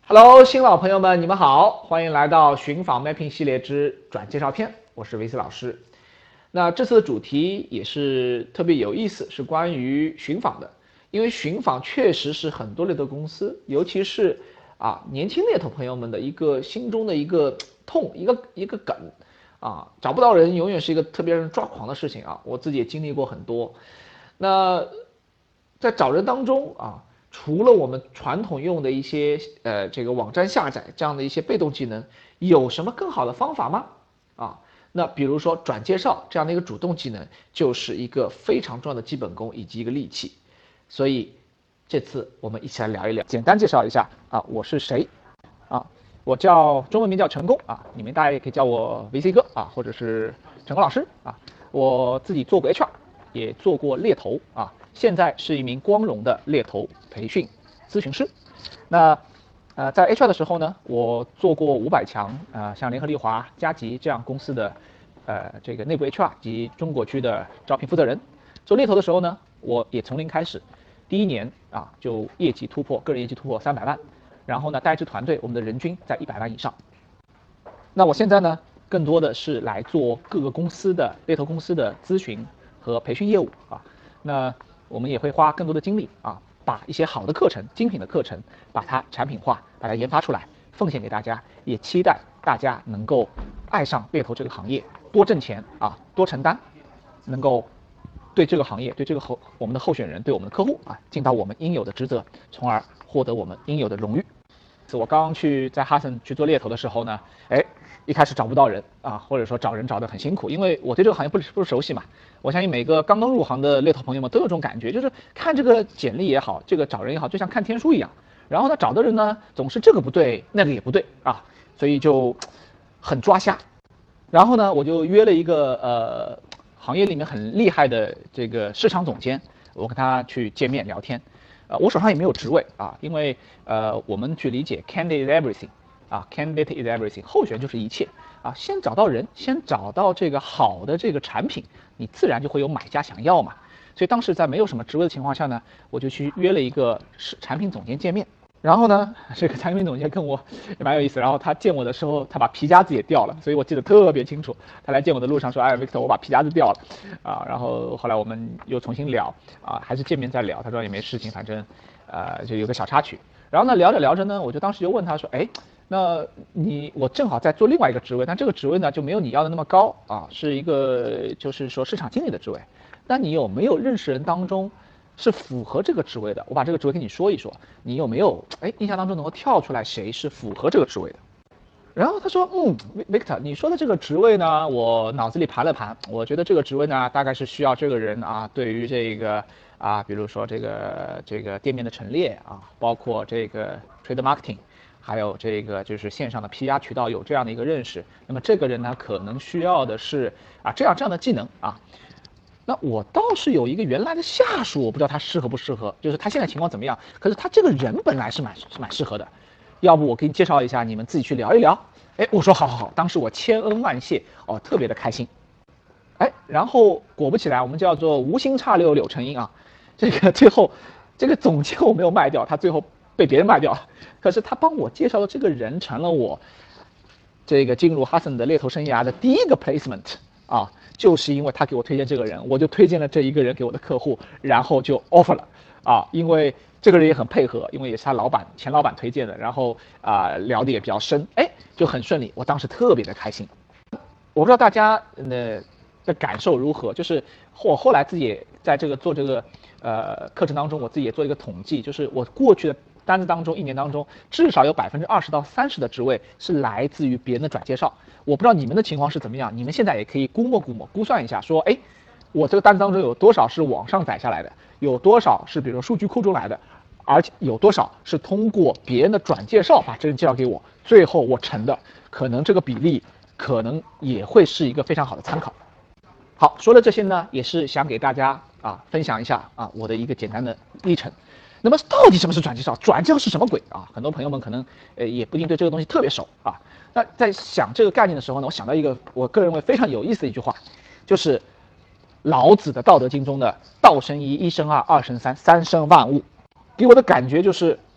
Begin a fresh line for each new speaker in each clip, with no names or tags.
Hello，新老朋友们，你们好，欢迎来到寻访 Mapping 系列之转介绍篇，我是维斯老师。那这次的主题也是特别有意思，是关于寻访的，因为寻访确实是很多猎头公司，尤其是年轻猎头朋友们的一个心中的一个痛，一个梗找不到人永远是一个特别让人抓狂的事情我自己也经历过很多。那在找人当中除了我们传统用的一些这个网站下载这样的一些被动技能，有什么更好的方法吗？那比如说转介绍这样的一个主动技能，就是一个非常重要的基本功以及一个利器。所以这次我们一起来聊一聊，简单介绍一下我是谁我叫中文名叫陈功你们大家也可以叫我 VC 哥或者是陈功老师我自己做过 HR， 也做过猎头现在是一名光荣的猎头培训咨询师。那在 HR 的时候呢，我做过500强像联合利华、嘉吉这样公司的这个内部 HR 及中国区的招聘负责人。做猎头的时候呢，我也从零开始，第一年就业绩突破，个人业绩突破300万，然后呢带一支团队，我们的人均在100万以上。那我现在呢，更多的是来做各个公司的猎头公司的咨询和培训业务那我们也会花更多的精力把一些好的课程、精品的课程，把它产品化，把它研发出来，奉献给大家。也期待大家能够爱上猎头这个行业，多挣钱多承担，能够对这个行业、对这个我们的候选人、对我们的客户尽到我们应有的职责，从而获得我们应有的荣誉。我刚刚在哈森去做猎头的时候呢，一开始找不到人或者说找人找得很辛苦，因为我对这个行业不熟悉嘛。我相信每个刚刚入行的猎头朋友们都有这种感觉，就是看这个简历也好，这个找人也好，就像看天书一样。然后呢，找的人呢总是这个不对，那个也不对所以就很抓瞎。然后呢，我就约了一个行业里面很厉害的这个市场总监，我跟他去见面聊天。我手上也没有职位因为我们去理解 candidate is everything candidate is everything， 候选就是一切先找到人，先找到这个好的这个产品，你自然就会有买家想要嘛。所以当时在没有什么职位的情况下呢，我就去约了一个产品总监见面。然后呢，这个产品总监跟我也蛮有意思，然后他见我的时候，他把皮夹子也掉了，所以我记得特别清楚。他来见我的路上说：“哎，Victor， 我把皮夹子掉了。”然后后来我们又重新聊还是见面再聊。他说也没事情，反正就有个小插曲。然后呢，聊着聊着呢，我就当时就问他说：“哎，那我正好在做另外一个职位，但这个职位呢就没有你要的那么高是一个就是说市场经理的职位。那你有没有认识人当中是符合这个职位的？我把这个职位跟你说一说，你有没有印象当中能够跳出来谁是符合这个职位的？”然后他说：“Victor， 你说的这个职位呢，我脑子里盘了盘，我觉得这个职位呢，大概是需要这个人对于这个比如说这个店面的陈列包括这个 trade marketing， 还有这个就是线上的 PR 渠道有这样的一个认识。那么这个人呢，可能需要的是这样的技能那我倒是有一个原来的下属，我不知道他适合不适合，就是他现在情况怎么样？可是他这个人本来是蛮适合的，要不我给你介绍一下，你们自己去聊一聊。”我说好，当时我千恩万谢特别的开心。然后果不其然，我们叫做无心插柳柳成荫这个最后这个总监我没有卖掉，他最后被别人卖掉了。可是他帮我介绍的这个人成了我这个进入哈森的猎头生涯的第一个 placement就是因为他给我推荐这个人，我就推荐了这一个人给我的客户，然后就 offer 了因为这个人也很配合，因为也是他前老板推荐的，然后聊得也比较深，就很顺利。我当时特别的开心。我不知道大家的感受如何，就是我后来自己也在做这个课程当中，我自己也做一个统计，就是我过去的单子当中，1年当中至少有20%到30%的职位是来自于别人的转介绍。我不知道你们的情况是怎么样，你们现在也可以估算一下，说我这个单子当中有多少是网上载下来的，有多少是比如说数据库中来的，而且有多少是通过别人的转介绍把这人介绍给我，最后我成的，可能这个比例可能也会是一个非常好的参考。好，说了这些呢，也是想给大家分享一下我的一个简单的历程。那么到底什么是转介绍？转介绍是什么鬼很多朋友们可能也不一定对这个东西特别熟那在想这个概念的时候呢，我想到一个我个人认为非常有意思的一句话，就是老子的《道德经》中的“道生一，一生二，二生三，三生万物”。给我的感觉就是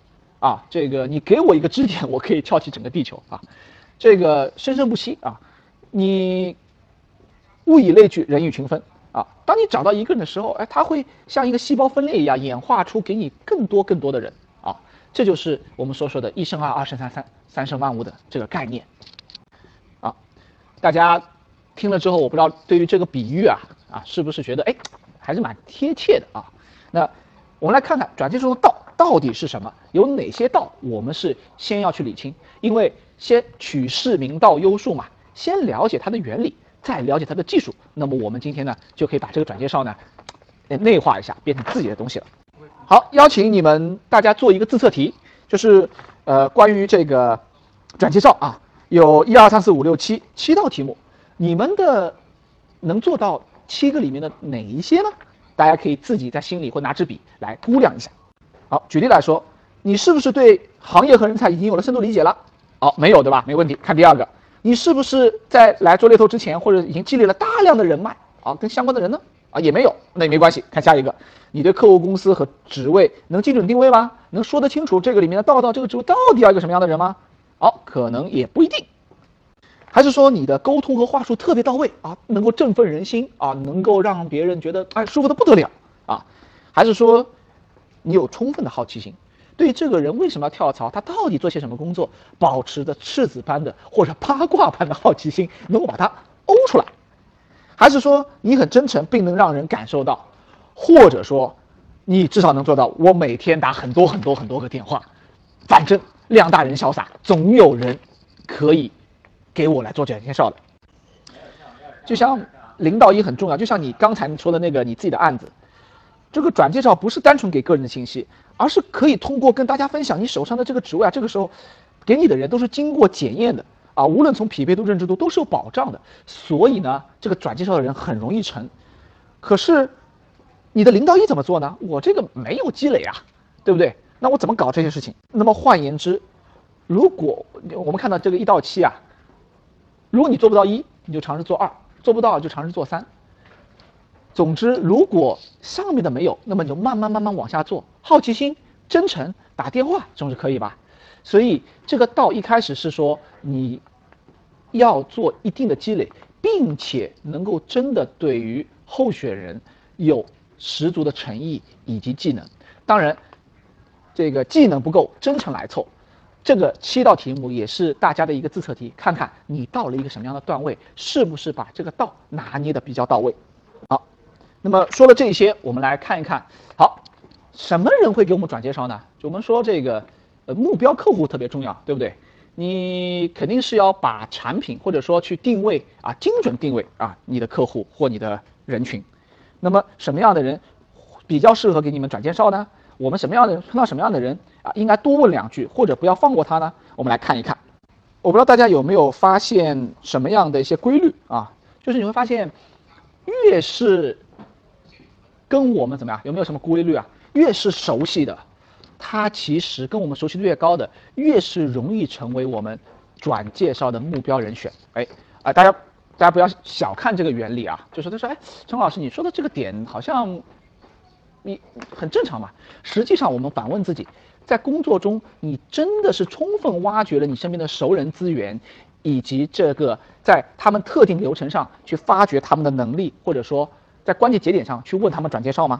啊，这个你给我一个支点，我可以撬起整个地球啊，这个生生不息啊，你物以类聚，人以群分啊，当你找到一个人的时候，哎，他会像一个细胞分裂一样演化出给你更多的人啊，这就是我们所说的一生二，二生三，三生万物的这个概念啊，大家听了之后，我不知道对于这个比喻啊是不是觉得哎还是蛮贴切的啊？那我们来看看转接中的道到底是什么，有哪些道我们是先要去理清，因为先取势明道优术嘛，先了解它的原理，再了解它的技术，那么我们今天呢就可以把这个转介绍呢内化一下，变成自己的东西了。好，邀请你们大家做一个自测题，就是关于这个转介绍啊，有1、2、3、4、5、6、7道题目，你们的能做到7个里面的哪一些呢？大家可以自己在心里或拿支笔来估量一下。好，举例来说，你是不是对行业和人才已经有了深度理解了？好，没有对吧？没问题。看第二个，你是不是在来做猎头之前，或者已经积累了大量的人脉啊，跟相关的人呢？啊，也没有，那也没关系。看下一个，你对客户公司和职位能精准定位吗？能说得清楚这个里面的到这个职位到底要一个什么样的人吗？好，可能也不一定。还是说你的沟通和话术特别到位啊，能够振奋人心啊，能够让别人觉得哎舒服的不得了啊？还是说你有充分的好奇心，对这个人为什么要跳槽，他到底做些什么工作，保持着赤子般的或者八卦般的好奇心，能够把它欧出来？还是说你很真诚，并能让人感受到，或者说你至少能做到，我每天打很多个电话，反正量大人潇洒，总有人可以给我来做转介绍的。就像领导也很重要，就像你刚才说的那个你自己的案子，这个转介绍不是单纯给个人的信息，而是可以通过跟大家分享你手上的这个职位啊，这个时候给你的人都是经过检验的啊，无论从匹配度、认知度都是有保障的，所以呢，这个转介绍的人很容易成。可是你的领导一怎么做呢？我这个没有积累啊，对不对？那我怎么搞这些事情？那么换言之，如果我们看到这个1到7啊，如果你做不到1，你就尝试做2，做不到就尝试做3。总之，如果上面的没有，那么你就慢慢往下做。好奇心、真诚、打电话，总是可以吧？所以这个道一开始是说你要做一定的积累，并且能够真的对于候选人有十足的诚意以及技能。当然，这个技能不够，真诚来凑。这个7道题目也是大家的一个自测题，看看你到了一个什么样的段位，是不是把这个道拿捏的比较到位。好，那么说了这些，我们来看一看，好，什么人会给我们转介绍呢？就我们说这个目标客户特别重要，对不对？你肯定是要把产品或者说去定位啊，精准定位啊你的客户或你的人群。那么什么样的人比较适合给你们转介绍呢？我们什么样的人碰到什么样的人啊，应该多问2句，或者不要放过他呢？我们来看一看。我不知道大家有没有发现什么样的一些规律啊？就是你会发现，越是跟我们怎么样，有没有什么规律啊？越是熟悉的，他其实跟我们熟悉度越高的，越是容易成为我们转介绍的目标人选。哎啊，大家不要小看这个原理啊，就是他说，哎，陈老师你说的这个点好像你很正常嘛。实际上我们反问自己，在工作中你真的是充分挖掘了你身边的熟人资源，以及这个在他们特定流程上去发掘他们的能力，或者说在关键节点上去问他们转介绍吗？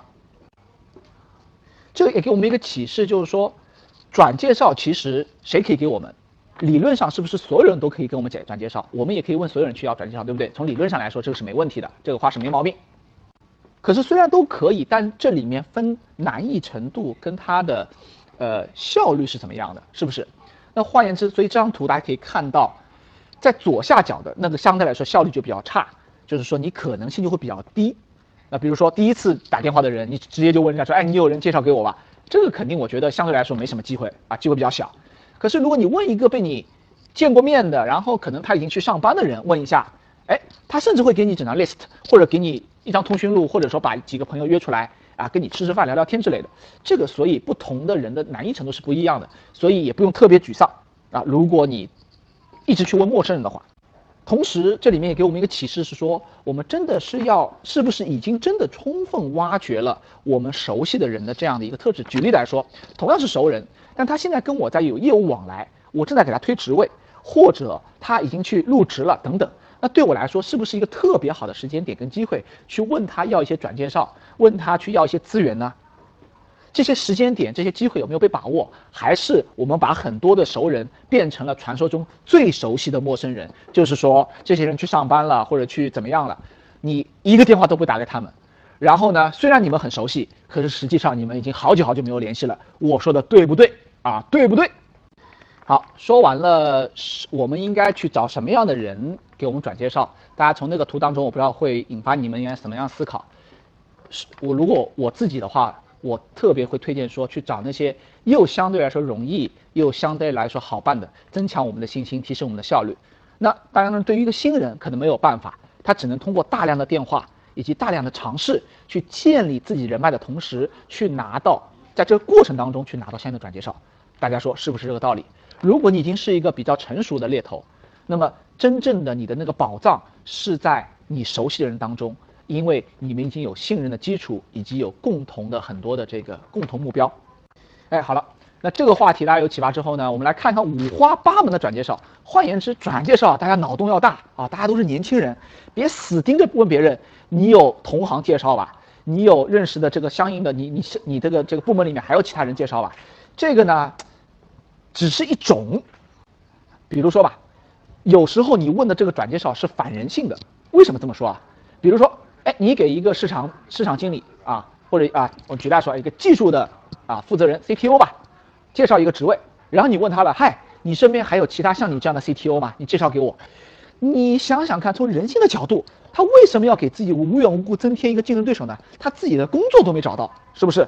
这个也给我们一个启示，就是说转介绍其实谁可以给我们？理论上是不是所有人都可以跟我们转介绍？我们也可以问所有人去要转介绍，对不对？从理论上来说，这个是没问题的，这个话是没毛病。可是虽然都可以，但这里面分难易程度跟它的效率是怎么样的，是不是？那换言之，所以这张图大家可以看到，在左下角的那个相对来说效率就比较差，就是说你可能性就会比较低。那比如说第一次打电话的人，你直接就问人家说，哎，你有人介绍给我吧？这个肯定我觉得相对来说没什么机会啊，机会比较小。可是如果你问一个被你见过面的，然后可能他已经去上班的人问一下，哎，他甚至会给你整张 list， 或者给你一张通讯录，或者说把几个朋友约出来啊，跟你吃饭聊聊天之类的。这个所以不同的人的难易程度是不一样的，所以也不用特别沮丧啊。如果你一直去问陌生人的话。同时，这里面也给我们一个启示，是说我们真的是不是已经真的充分挖掘了我们熟悉的人的这样的一个特质？举例来说，同样是熟人， 但他现在跟我在有业务往来，我正在给他推职位，或者他已经去入职了等等。那对我来说，是不是一个特别好的时间点跟机会，去问他要一些转介绍，问他去要一些资源呢？这些时间点、这些机会有没有被把握？还是我们把很多的熟人变成了传说中最熟悉的陌生人？就是说，这些人去上班了，或者去怎么样了，你一个电话都不打给他们。然后呢，虽然你们很熟悉，可是实际上你们已经好久好久没有联系了。我说的对不对啊？对不对？好，说完了，我们应该去找什么样的人给我们转介绍？大家从那个图当中，我不知道会引发你们应该怎么样思考。如果我自己的话，我特别会推荐说去找那些又相对来说容易，又相对来说好办的，增强我们的信心，提升我们的效率。那当然，对于一个新人可能没有办法，他只能通过大量的电话以及大量的尝试去建立自己人脉的同时，去拿到在这个过程当中去拿到相应的转介绍。大家说是不是这个道理？如果你已经是一个比较成熟的猎头，那么真正的你的那个宝藏是在你熟悉的人当中，因为你们已经有信任的基础，以及有共同的很多的这个共同目标。哎，好了，那这个话题大家有启发之后呢，我们来看看五花八门的转介绍。换言之，转介绍大家脑洞要大啊，大家都是年轻人，别死盯着问别人，你有同行介绍吧？你有认识的这个相应的你这个部门里面还有其他人介绍吧？这个呢，只是一种。比如说吧，有时候你问的这个转介绍是反人性的。为什么这么说啊？比如说，哎，你给一个市场经理啊，或者啊，我举例说一个技术的负责人 CTO 吧，介绍一个职位，然后你问他了，嗨，你身边还有其他像你这样的 CTO 吗？你介绍给我。你想想看，从人性的角度，他为什么要给自己无缘无故增添一个竞争对手呢？他自己的工作都没找到，是不是？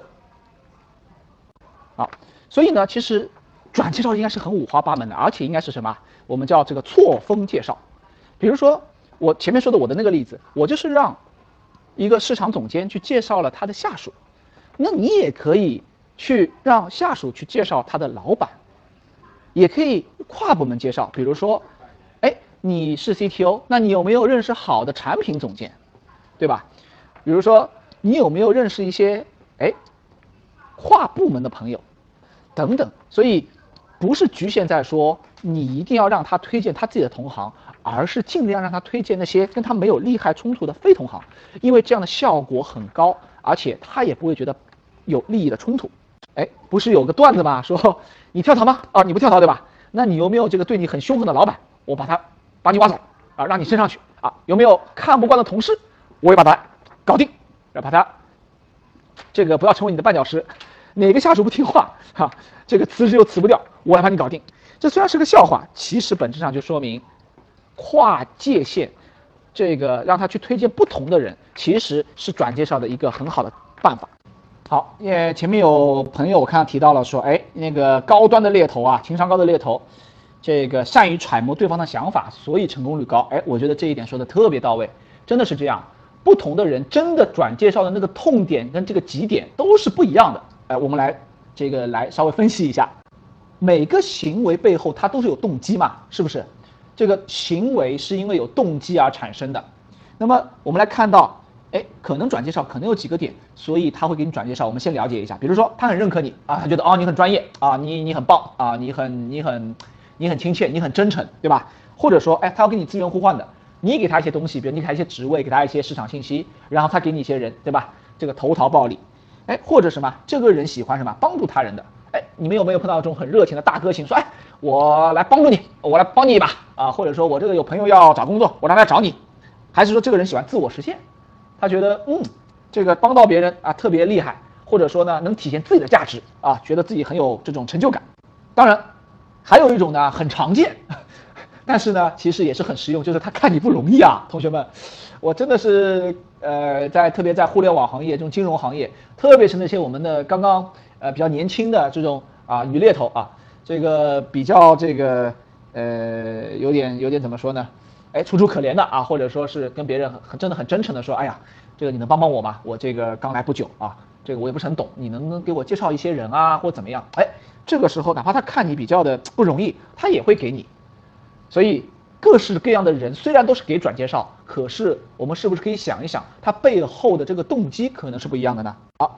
好，所以呢，其实转介绍应该是很五花八门的，而且应该是什么？我们叫这个错峰介绍。比如说我前面说的我的那个例子，我就是让一个市场总监去介绍了他的下属，那你也可以去让下属去介绍他的老板，也可以跨部门介绍。比如说，哎，你是 CTO， 那你有没有认识好的产品总监，对吧？比如说，你有没有认识一些跨部门的朋友，等等。所以不是局限在说你一定要让他推荐他自己的同行，而是尽量让他推荐那些跟他没有利害冲突的非同行，因为这样的效果很高，而且他也不会觉得有利益的冲突。哎，不是有个段子吗？说你跳槽吗？啊，你不跳槽对吧？那你有没有这个对你很凶狠的老板？我把你挖走啊，让你升上去啊？有没有看不惯的同事？我也把他搞定，把他这个不要成为你的绊脚石。哪个下属不听话这个辞职又辞不掉，我来把你搞定。这虽然是个笑话，其实本质上就说明跨界限，这个让他去推荐不同的人，其实是转介绍的一个很好的办法。好，前面有朋友我看到提到了说，哎，那个高端的猎头啊，情商高的猎头，这个善于揣摩对方的想法，所以成功率高。哎，我觉得这一点说的特别到位，真的是这样。不同的人真的转介绍的那个痛点跟这个急点都是不一样的。我们来稍微分析一下，每个行为背后它都是有动机嘛，是不是？这个行为是因为有动机而产生的。那么我们来看到，可能转介绍可能有几个点，所以他会给你转介绍。我们先了解一下，比如说他很认可你啊，他觉得你很专业啊，你很棒啊，你很亲切，你很真诚，对吧？或者说他要跟你资源互换的，你给他一些东西，比如你给他一些职位，给他一些市场信息，然后他给你一些人，对吧？这个投桃报李。或者什么，这个人喜欢什么帮助他人的，你们有没有碰到这种很热情的大哥型，说我来帮助你，我来帮你一把啊，或者说我这个有朋友要找工作，我让他找你，还是说这个人喜欢自我实现，他觉得这个帮到别人啊特别厉害，或者说呢能体现自己的价值啊，觉得自己很有这种成就感。当然还有一种呢很常见，但是呢其实也是很实用，就是他看你不容易啊，同学们，我真的是特别在互联网行业这种金融行业，特别是那些我们的刚刚比较年轻的这种女猎头啊，这个比较这个有点怎么说呢？楚楚可怜的啊，或者说是跟别人真的很真诚的说，哎呀，这个你能帮帮我吗？我这个刚来不久啊，这个我也不是很懂，你能给我介绍一些人啊，或怎么样？这个时候哪怕他看你比较的不容易，他也会给你。所以各式各样的人虽然都是给转介绍，可是我们是不是可以想一想，他背后的这个动机可能是不一样的呢？好，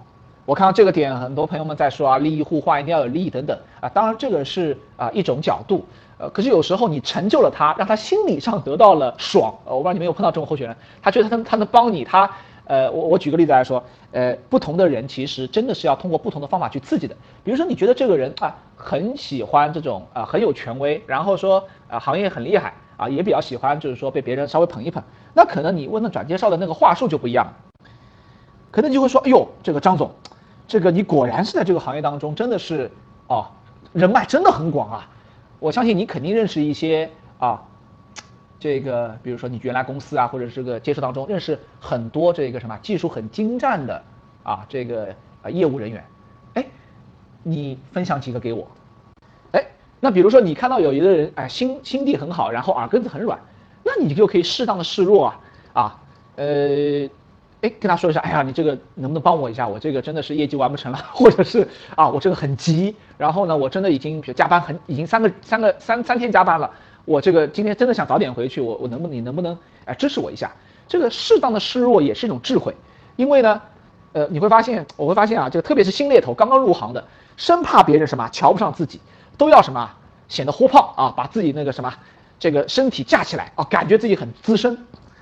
我看到这个点，很多朋友们在说啊，利益互换一定要有利益等等啊，当然这个是一种角度，可是有时候你成就了他，让他心理上得到了爽，我不知道你们有碰到这种候选人，他觉得他能帮你，我举个例子来说，不同的人其实真的是要通过不同的方法去刺激的。比如说你觉得这个人很喜欢这种很有权威，然后说行业很厉害也比较喜欢就是说被别人稍微捧一捧，那可能你问他转介绍的那个话术就不一样，可能就会说，哎呦，这个张总，这个你果然是在这个行业当中真的是人脉真的很广啊，我相信你肯定认识一些这个比如说你原来公司或者是这个接触当中认识很多这个什么技术很精湛的这个业务人员，你分享几个给我。那比如说你看到有一个人心地很好，然后耳根子很软，那你就可以适当的示弱跟他说一下，哎呀，你这个能不能帮我一下？我这个真的是业绩完不成了，或者是我这个很急，然后呢，我真的已经加班已经三天加班了，我这个今天真的想早点回去，你能不能支持我一下？这个适当的示弱也是一种智慧，因为呢，我会发现这个特别是新猎头刚刚入行的，生怕别人瞧不上自己，都要显得活胖把自己那个这个身体架起来感觉自己很资深。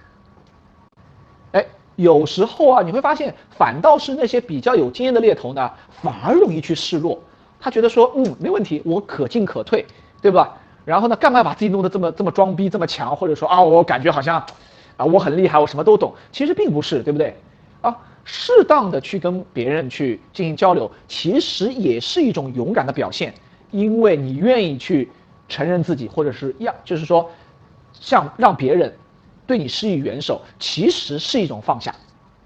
有时候你会发现，反倒是那些比较有经验的猎头呢，反而容易去示弱。他觉得说，没问题，我可进可退，对吧？然后呢，干嘛把自己弄得这么装逼，这么强，或者说我感觉好像我很厉害，我什么都懂。其实并不是，对不对？适当的去跟别人去进行交流，其实也是一种勇敢的表现，因为你愿意去承认自己，或者是就是说，让别人对你施以援手，其实是一种放下。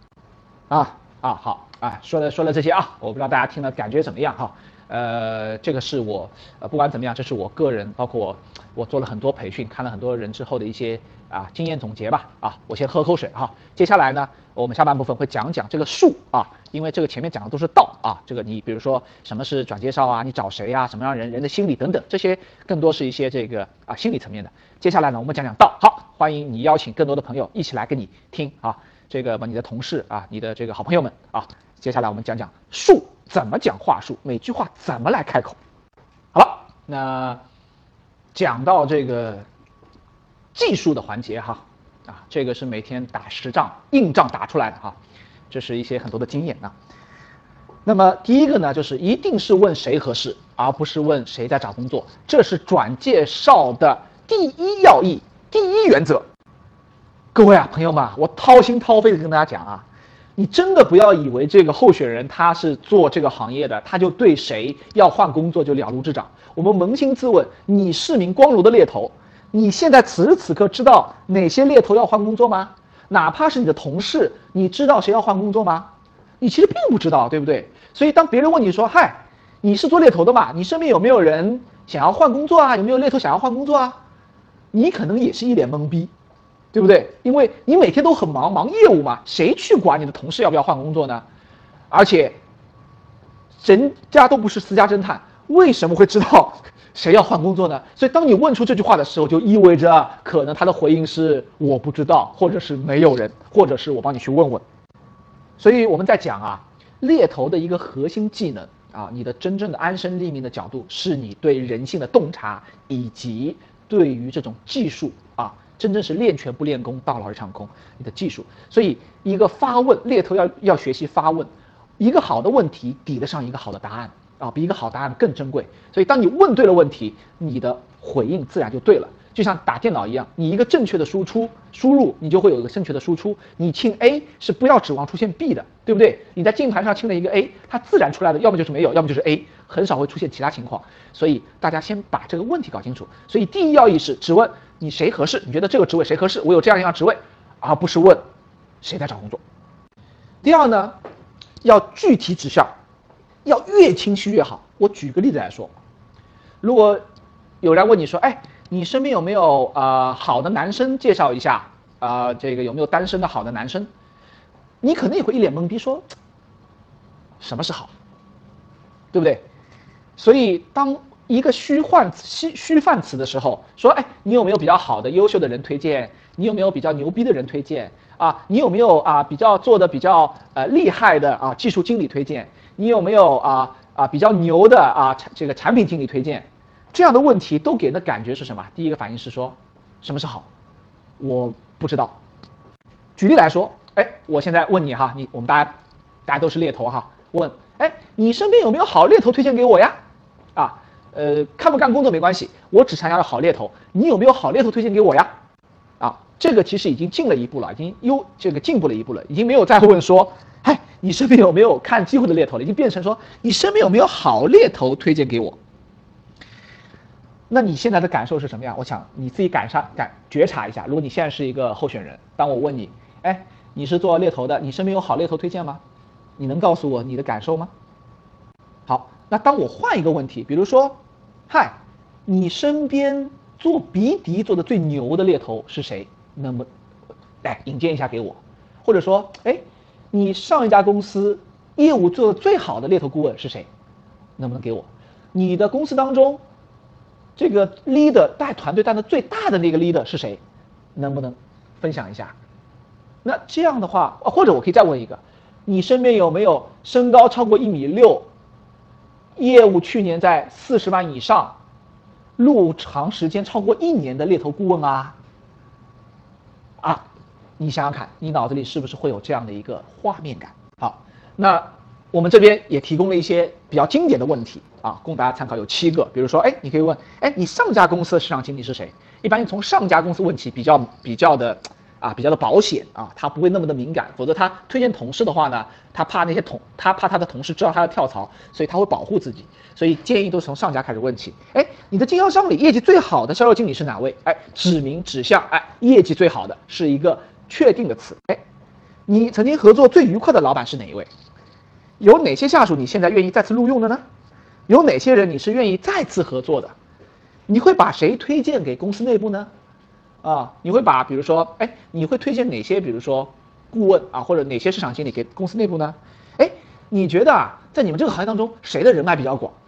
好说了这些我不知道大家听了感觉怎么样这个是我不管怎么样，这是我个人，包括我做了很多培训，看了很多人之后的一些经验总结吧我先喝口水接下来呢，我们下半部分会讲这个术因为这个前面讲的都是道这个你比如说什么是转介绍你找谁什么样人的心理等等，这些更多是一些这个心理层面的。接下来呢，我们讲道。好，欢迎你邀请更多的朋友一起来跟你听这个你的同事你的这个好朋友们接下来我们讲术，怎么讲话术，每句话怎么来开口。好了，那讲到这个技术的环节这个是每天打实仗硬仗打出来的这是一些很多的经验那么第一个呢，就是一定是问谁合适，而不是问谁在找工作，这是转介绍的第一要义，第一原则。各位朋友们，我掏心掏肺的跟大家讲你真的不要以为这个候选人他是做这个行业的，他就对谁要换工作就了如指掌。我们扪心自问，你是名光荣的猎头，你现在此时此刻知道哪些猎头要换工作吗？哪怕是你的同事，你知道谁要换工作吗？你其实并不知道，对不对？所以当别人问你说，嗨，你是做猎头的嘛？你身边有没有人想要换工作有没有猎头想要换工作你可能也是一脸懵逼，对不对？因为你每天都很忙业务嘛，谁去管你的同事要不要换工作呢？而且人家都不是私家侦探，为什么会知道谁要换工作呢？所以当你问出这句话的时候，就意味着可能他的回应是我不知道，或者是没有人，或者是我帮你去问问。所以我们在讲猎头的一个核心技能你的真正的安身立命的角度是你对人性的洞察，以及对于这种技术真正是练拳不练功，到老一场空，你的技术。所以一个发问，猎头要学习发问，一个好的问题抵得上一个好的答案比一个好答案更珍贵。所以当你问对了问题，你的回应自然就对了。就像打电脑一样，你一个正确的输入，你就会有一个正确的输出。你清 A 是不要指望出现 B 的，对不对？你在键盘上清了一个 A， 它自然出来的要么就是没有，要么就是 A， 很少会出现其他情况。所以大家先把这个问题搞清楚。所以第一要义是只问你谁合适，你觉得这个职位谁合适，我有这样一样职位，而不是问谁在找工作。第二呢，要具体指向，要越清晰越好。我举个例子来说，如果有人问你说，你身边有没有好的男生介绍一下这个有没有单身的好的男生？你可能也会一脸懵逼说，什么是好，对不对？所以当一个虚泛词的时候，说你有没有比较好的优秀的人推荐？你有没有比较牛逼的人推荐你有没有比较做的比较厉害的技术经理推荐？ 你有没有比较牛的这个产品经理推荐？这样的问题都给人的感觉是什么？第一个反应是说，什么是好？我不知道。举例来说，我现在问你哈，我们大家都是猎头哈，问，你身边有没有好猎头推荐给我呀？看不干工作没关系，我只想要好猎头，你有没有好猎头推荐给我呀？这个其实已经进了一步了，已经进步了一步了，已经没有再问说，你身边有没有看机会的猎头了，已经变成说你身边有没有好猎头推荐给我。那你现在的感受是什么样？我想你自己觉察一下，如果你现在是一个候选人，当我问你，你是做猎头的，你身边有好猎头推荐吗？你能告诉我你的感受吗？好，那当我换一个问题，比如说，你身边做BD做的最牛的猎头是谁？那么，引荐一下给我，或者说，你上一家公司业务做的最好的猎头顾问是谁？能不能给我？你的公司当中，这个 leader 带团队带的最大的那个 leader 是谁？能不能分享一下？那这样的话，或者我可以再问一个，你身边有没有身高超过1.6米，业务去年在40万以上，入行时间超过1年的猎头顾问啊？你想想看，你脑子里是不是会有这样的一个画面感？好，那我们这边也提供了一些比较经典的问题供大家参考，有7个。比如说，你可以问，你上家公司的市场经理是谁？一般从上家公司问起，比较的保险他不会那么的敏感，否则他推荐同事的话呢，他怕他的同事知道他要跳槽，所以他会保护自己，所以建议都是从上家开始问起。你的经销商里业绩最好的销售经理是哪位？指名指向，业绩最好的是一个确定的词。你曾经合作最愉快的老板是哪一位？有哪些下属你现在愿意再次录用的呢？有哪些人你是愿意再次合作的？你会把谁推荐给公司内部呢？你会比如说，你会推荐哪些，比如说顾问或者哪些市场经理给公司内部呢？你觉得在你们这个行业当中，谁的人脉比较广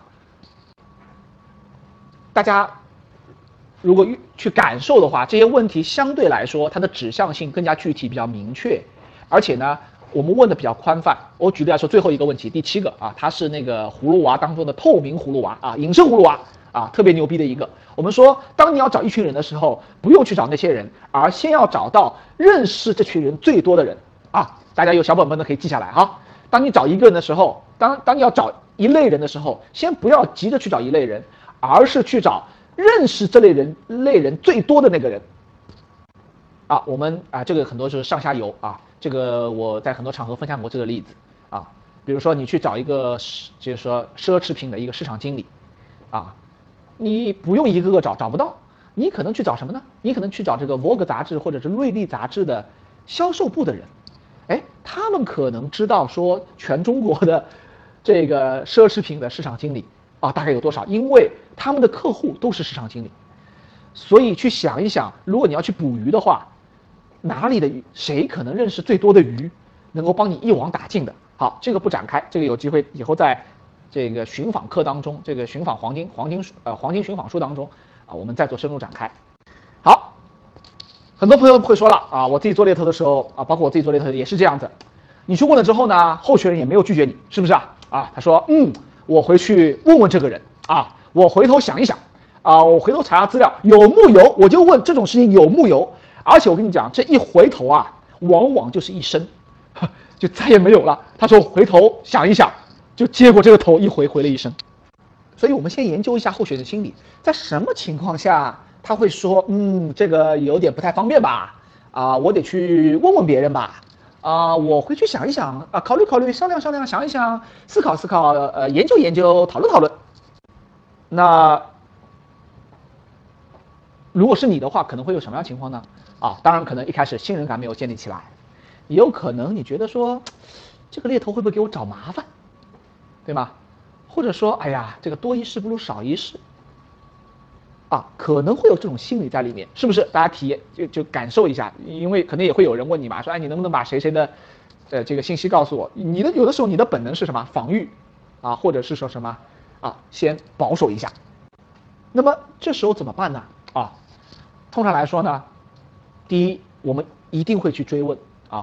大家如果去感受的话，这些问题相对来说，它的指向性更加具体，比较明确，而且呢，我们问的比较宽泛。我举例来说，最后一个问题，第7个它是那个葫芦娃当中的透明葫芦娃隐身葫芦娃特别牛逼的一个。我们说，当你要找一群人的时候，不用去找那些人，而先要找到认识这群人最多的人大家有小本本的可以记下来当你找一个人的时候，当你要找一类人的时候，先不要急着去找一类人，而是去找认识这类人最多的那个人我们这个很多就是上下游这个我在很多场合分享过这个例子比如说你去找一个就是说奢侈品的一个市场经理你不用一个个找不到，你可能去找什么呢？你可能去找这个 Vogue 杂志或者是瑞丽杂志的销售部的人，他们可能知道说全中国的这个奢侈品的市场经理大概有多少，因为他们的客户都是市场经理。所以去想一想，如果你要去捕鱼的话，哪里的鱼，谁可能认识最多的鱼，能够帮你一网打尽的。好，这个不展开，这个有机会以后在这个寻访课当中，这个寻访黄金寻访术当中我们再做深入展开。好，很多朋友会说了我自己做猎头的时候包括我自己做猎头也是这样子，你去问了之后呢，候选人也没有拒绝你，是不是他说我回去问问这个人我回头想一想我回头查查资料有木有，我就问这种事情有木有。而且我跟你讲，这一回头往往就是一生，就再也没有了。他说回头想一想，就接过这个头一回了一生。所以我们先研究一下候选人心理，在什么情况下他会说这个有点不太方便吧我得去问问别人吧我回去想一想考虑考虑，商量商量，想一想，思考思考研究研究，讨论讨论。那如果是你的话，可能会有什么样的情况呢当然可能一开始信任感没有建立起来，也有可能你觉得说这个猎头会不会给我找麻烦，对吗？或者说哎呀这个多一事不如少一事可能会有这种心理在里面，是不是？大家体验就感受一下，因为可能也会有人问你嘛，说你能不能把谁的这个信息告诉我？有的时候你的本能是什么？防御或者是说什么先保守一下。那么这时候怎么办呢通常来说呢，第一，我们一定会去追问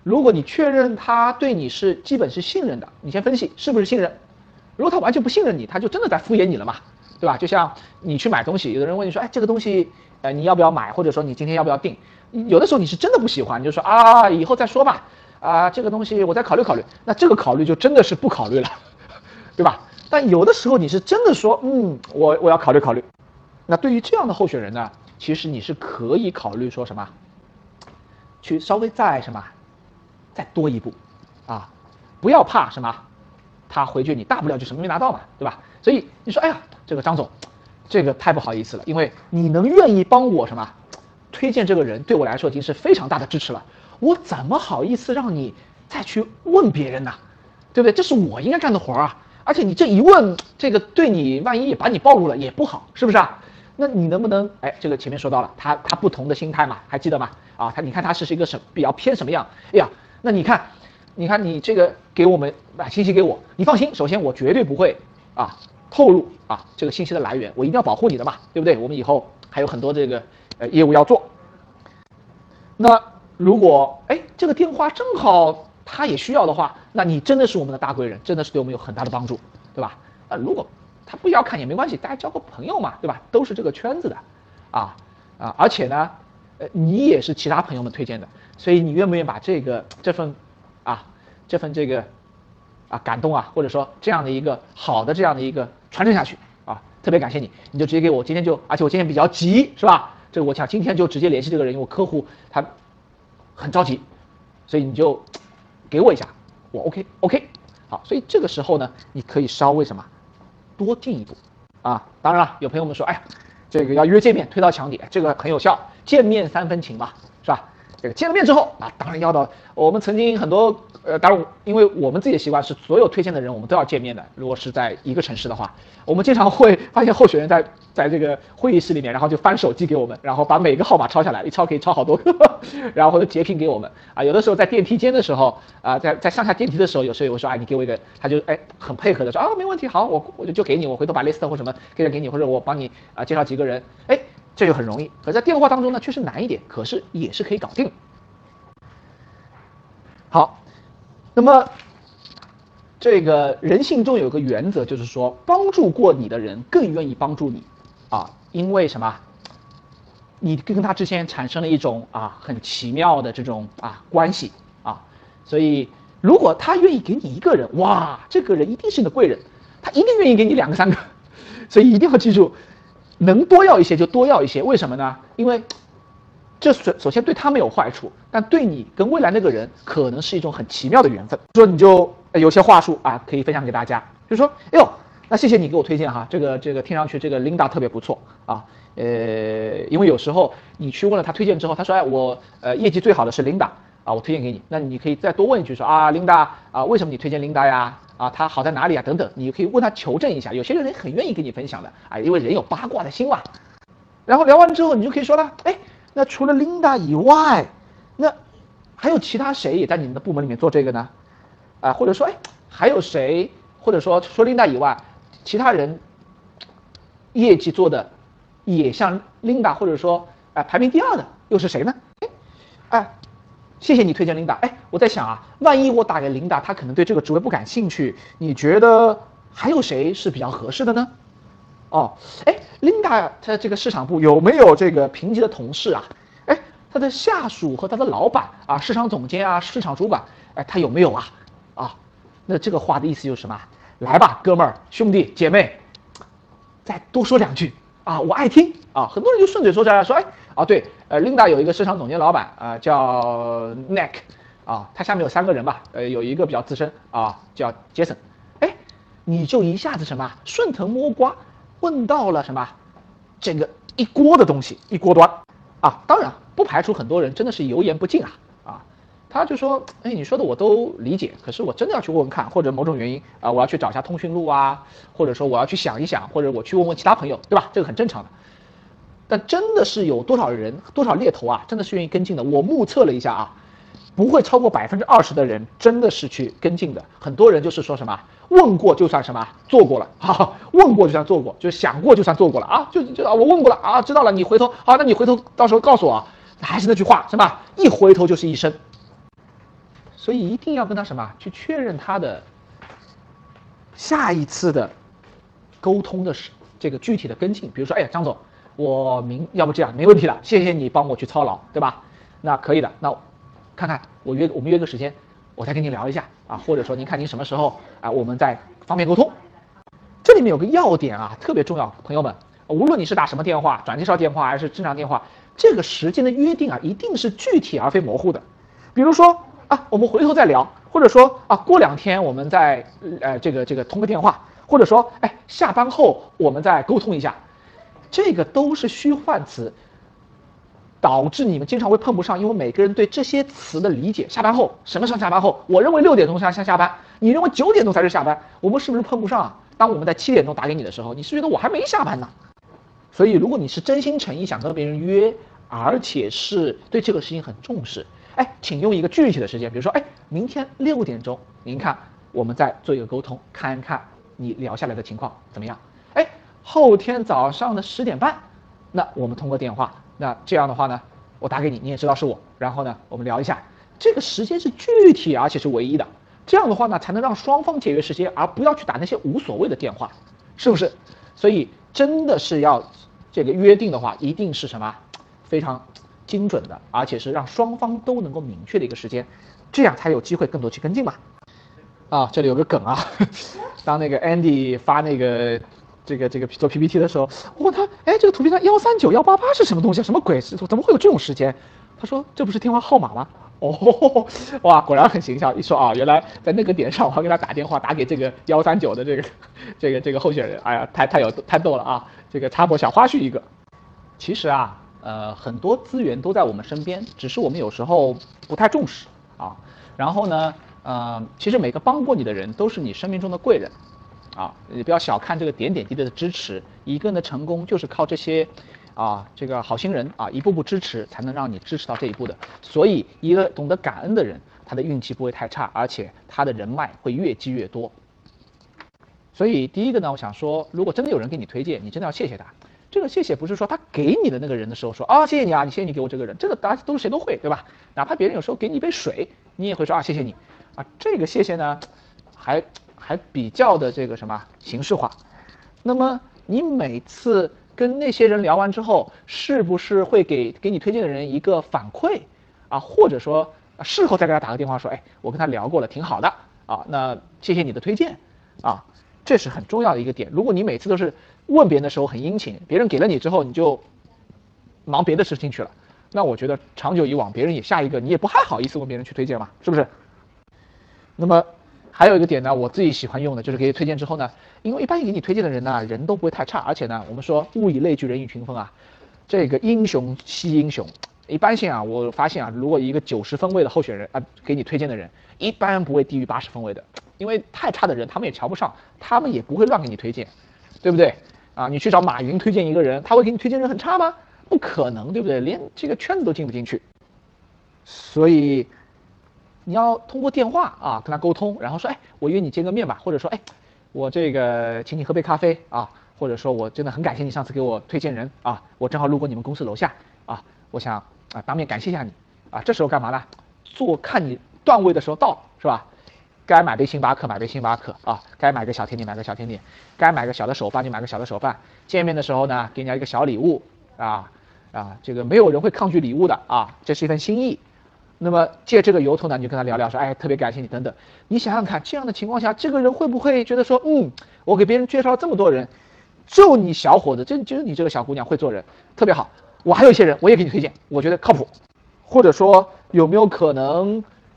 如果你确认他对你是基本是信任的，你先分析是不是信任。如果他完全不信任你，他就真的在敷衍你了嘛，对吧？就像你去买东西，有的人问你说，哎，这个东西，你要不要买？或者说你今天要不要订？有的时候你是真的不喜欢，你就说啊，以后再说吧，啊，这个东西我再考虑考虑。那这个考虑就真的是不考虑了，对吧？但有的时候你是真的说，我要考虑考虑。那对于这样的候选人呢，其实你是可以考虑说什么，去稍微再什么，再多一步，啊，不要怕什么，他回绝你，大不了就什么没拿到嘛，对吧？所以你说，哎呀，这个张总，这个太不好意思了，因为你能愿意帮我什么，推荐这个人，对我来说已经是非常大的支持了，我怎么好意思让你再去问别人呢？对不对？这是我应该干的活啊！而且你这一问，这个对你万一也把你暴露了也不好，是不是啊？那你能不能，哎，这个前面说到了，他不同的心态嘛，还记得吗？啊，你看他是一个比较偏什么样？哎呀，那你看你这个给我们把信息给我，你放心，首先我绝对不会透露这个信息的来源，我一定要保护你的嘛，对不对？我们以后还有很多这个业务要做。那如果这个电话正好他也需要的话，那你真的是我们的大贵人，真的是对我们有很大的帮助，对吧？如果他不要看也没关系，大家交个朋友嘛，对吧？都是这个圈子的，而且呢，你也是其他朋友们推荐的，所以你愿不愿意把这份这个感动或者说这样的一个好的这样的一个传承下去特别感谢你，你就直接给我今天就，而且我今天比较急，是吧？这个我想今天就直接联系这个人，因为我客户他很着急，所以你就给我一下，我 OK， 好，所以这个时候呢，你可以稍微什么多进一步当然了，有朋友们说，哎呀，这个要约见面，推到墙底，这个很有效，见面三分情嘛，是吧？这个见了面之后当然要到我们曾经很多当然因为我们自己的习惯是所有推荐的人我们都要见面的，如果是在一个城市的话，我们经常会发现候选人在这个会议室里面，然后就翻手机给我们，然后把每个号码抄下来，一抄可以抄好多个然后或者截屏给我们有的时候在电梯间的时候在上下电梯的时候，有时候我说你给我一个，他就很配合的说没问题，好，我就给你，我回头把 list 或什么给你，或者我帮你介绍几个人，这就很容易。可在电话当中呢，确实难一点，可是也是可以搞定。好，那么这个人性中有个原则，就是说帮助过你的人更愿意帮助你因为什么？你跟他之间产生了一种很奇妙的这种关系所以如果他愿意给你一个人，哇，这个人一定是你的贵人，他一定愿意给你2个3个，所以一定要记住，能多要一些就多要一些。为什么呢？因为这首先对他没有坏处，但对你跟未来那个人可能是一种很奇妙的缘分。说你就有些话术可以分享给大家，就是说，哎呦，那谢谢你给我推荐这个听上去这个 Linda 特别不错因为有时候你去问了他推荐之后，他说我业绩最好的是 Linda 我推荐给你，那你可以再多问一句说Linda 为什么你推荐 Linda 呀？他好在哪里等等，你可以问他求证一下。有些人很愿意跟你分享的因为人有八卦的心嘛。然后聊完之后，你就可以说了，那除了 Linda 以外，那还有其他谁也在你们的部门里面做这个呢？或者说还有谁？或者说除 Linda 以外，其他人业绩做的也像 Linda， 或者说排名第2的又是谁呢？谢谢你推荐 Linda。我在想万一我打给 Linda， 她可能对这个职位不感兴趣，你觉得还有谁是比较合适的呢？Linda 她这个市场部有没有这个评级的同事她的下属和她的老板市场总监市场主管她有没有那这个话的意思就是什么？来吧，哥们儿、兄弟、姐妹，再多说2句我爱听很多人就顺嘴说出来说对，Linda 有一个市场总监老板叫 Nick 他下面有3个人吧，有一个比较资深叫 Jason， 你就一下子什么顺藤摸瓜问到了什么这个一锅的东西，一锅端当然不排除很多人真的是油盐不进他就说你说的我都理解，可是我真的要去问问看，或者某种原因我要去找一下通讯录或者说我要去想一想，或者我去问问其他朋友，对吧？这个很正常的。但真的是有多少人多少猎头真的是愿意跟进的？我目测了一下不会超过20%的人真的是去跟进的。很多人就是说什么问过就算什么做过了问过就算做过，就是想过就算做过了就我问过了知道了，你回头那你回头到时候告诉我还是那句话，是吧？一回头就是一生。 所以一定要跟他什么去确认他的下一次的沟通的这个具体的跟进。比如说，哎呀，张总，要不这样没问题了，谢谢你帮我去操劳，对吧？那可以的，那看看我们约个时间，我再跟您聊一下啊，或者说您看您什么时候啊，我们再方便沟通。这里面有个要点啊，特别重要，朋友们，无论你是打什么电话，转介绍电话还是正常电话，这个时间的约定啊，一定是具体而非模糊的。比如说啊，我们回头再聊，或者说啊，过2天我们再这个通个电话，或者说哎下班后我们再沟通一下，这个都是虚幻词，导致你们经常会碰不上，因为每个人对这些词的理解，下班后什么时候下班后，我认为6点钟下班，你认为9点钟才是下班，我们是不是碰不上啊？当我们在7点钟打给你的时候，你是觉得我还没下班呢？所以如果你是真心诚意想跟别人约，而且是对这个事情很重视，哎，请用一个具体的时间，比如说，哎，明天6点钟，您看我们再做一个沟通，看一看你聊下来的情况怎么样？哎，后天早上的10点半，那我们通过电话，那这样的话呢，我打给你，你也知道是我，然后呢，我们聊一下，这个时间是具体而且是唯一的，这样的话呢，才能让双方节约时间，而不要去打那些无所谓的电话，是不是？所以真的是要这个约定的话，一定是什么非常精准的，而且是让双方都能够明确的一个时间，这样才有机会更多去跟进嘛。啊，这里有个梗啊，当那个 Andy 发那个这个做 PPT 的时候，我问他，哎，这个图片上139、188是什么东西？什么鬼？怎么会有这种时间？他说这不是电话号码吗？哦，哇，果然很形象。一说啊，原来在那个点上，我要给他打电话，打给这个139的这个候选人。哎呀，太逗了啊！这个插播小花絮一个。其实啊，很多资源都在我们身边，只是我们有时候不太重视啊。然后呢，其实每个帮过你的人都是你生命中的贵人，啊，你不要小看这个点点滴滴的支持，一个人的成功就是靠这些。啊，这个好心人啊，一步步支持，才能让你支持到这一步的。所以，一个懂得感恩的人，他的运气不会太差，而且他的人脉会越积越多。所以，第一个呢，我想说，如果真的有人给你推荐，你真的要谢谢他。这个谢谢不是说他给你的那个人的时候说啊，谢谢你啊，谢谢你给我这个人，这个大家都是谁都会，对吧？哪怕别人有时候给你一杯水，你也会说啊，谢谢你啊。这个谢谢呢，还比较的这个什么形式化。那么你每次跟那些人聊完之后，是不是会给你推荐的人一个反馈啊？或者说事后再给他打个电话说，哎，我跟他聊过了，挺好的啊，那谢谢你的推荐啊，这是很重要的一个点。如果你每次都是问别人的时候很殷勤，别人给了你之后你就忙别的事情去了，那我觉得长久以往，别人也下一个你也不还好意思问别人去推荐嘛，是不是？那么还有一个点呢，我自己喜欢用的就是给你推荐之后呢，因为一般给你推荐的人呢，人都不会太差，而且呢，我们说物以类聚，人以群分啊，这个英雄惜英雄，一般性啊，我发现啊，如果一个90分位的候选人啊，给你推荐的人，一般不会低于80分位的，因为太差的人他们也瞧不上，他们也不会乱给你推荐，对不对？啊，你去找马云推荐一个人，他会给你推荐人很差吗？不可能，对不对？连这个圈子都进不进去，所以。你要通过电话啊跟他沟通，然后说，哎，我约你见个面吧，或者说，哎，我这个请你喝杯咖啡啊，或者说我真的很感谢你上次给我推荐人啊，我正好路过你们公司楼下啊，我想啊当面感谢一下你啊，这时候干嘛呢？看你段位的时候到是吧？该买杯星巴克买杯星巴克啊，该买个小甜点买个小甜点，该买个小的手办就买个小的手办。见面的时候呢，给人家一个小礼物啊，这个没有人会抗拒礼物的啊，这是一份心意。那么借这个由头呢，你就跟他聊聊，说，哎，特别感谢你等等。你想想看，这样的情况下，这个人会不会觉得说，我给别人介绍这么多人，就你小伙子，就是你这个小姑娘会做人，特别好。我还有一些人，我也给你推荐，我觉得靠谱。或者说有没有可能，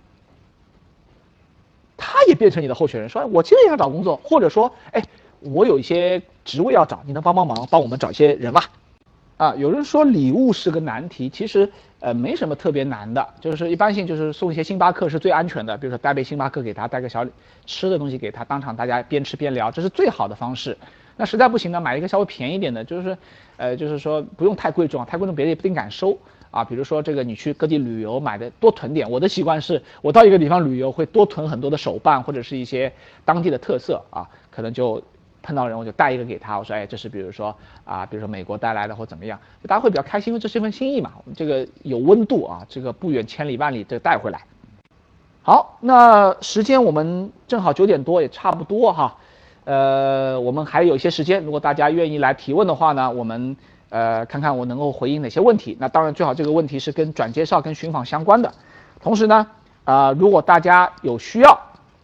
他也变成你的候选人，说，我其实也想找工作，或者说，哎，我有一些职位要找，你能帮忙，帮我们找一些人吗？啊，有人说礼物是个难题，其实没什么特别难的，就是一般性就是送一些星巴克是最安全的，比如说带杯星巴克给他，带个小吃的东西给他，当场大家边吃边聊，这是最好的方式。那实在不行呢，买一个稍微便宜一点的，就是说不用太贵重，太贵重别人也不一定敢收啊。比如说这个你去各地旅游买的多囤点，我的习惯是我到一个地方旅游会多囤很多的手办或者是一些当地的特色啊，可能就。碰到人我就带一个给他，我说，哎，这是比如说美国带来的或怎么样，大家会比较开心，因为这是一份心意嘛，这个有温度啊，这个不远千里万里这个带回来。 好，那时间我们正好9点多，也差不多哈。我们还有一些时间，如果大家愿意来提问的话呢，我们看看我能够回应哪些问题。那当然最好这个问题是跟转介绍、跟寻访相关的。同时呢，如果大家有需要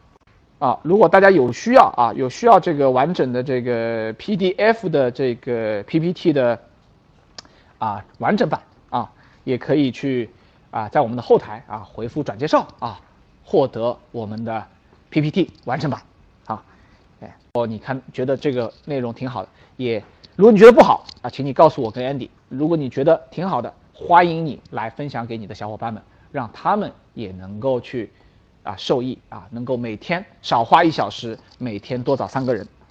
有需要这个完整的这个 PDF 的这个 PPT 的完整版也可以去在我们的后台回复转介绍获得我们的 PPT 完整版你看觉得这个内容挺好的，如果你觉得不好请你告诉我跟 Andy。如果你觉得挺好的，欢迎你来分享给你的小伙伴们，让他们也能够去受益能够每天少花1小时，每天多找3个人。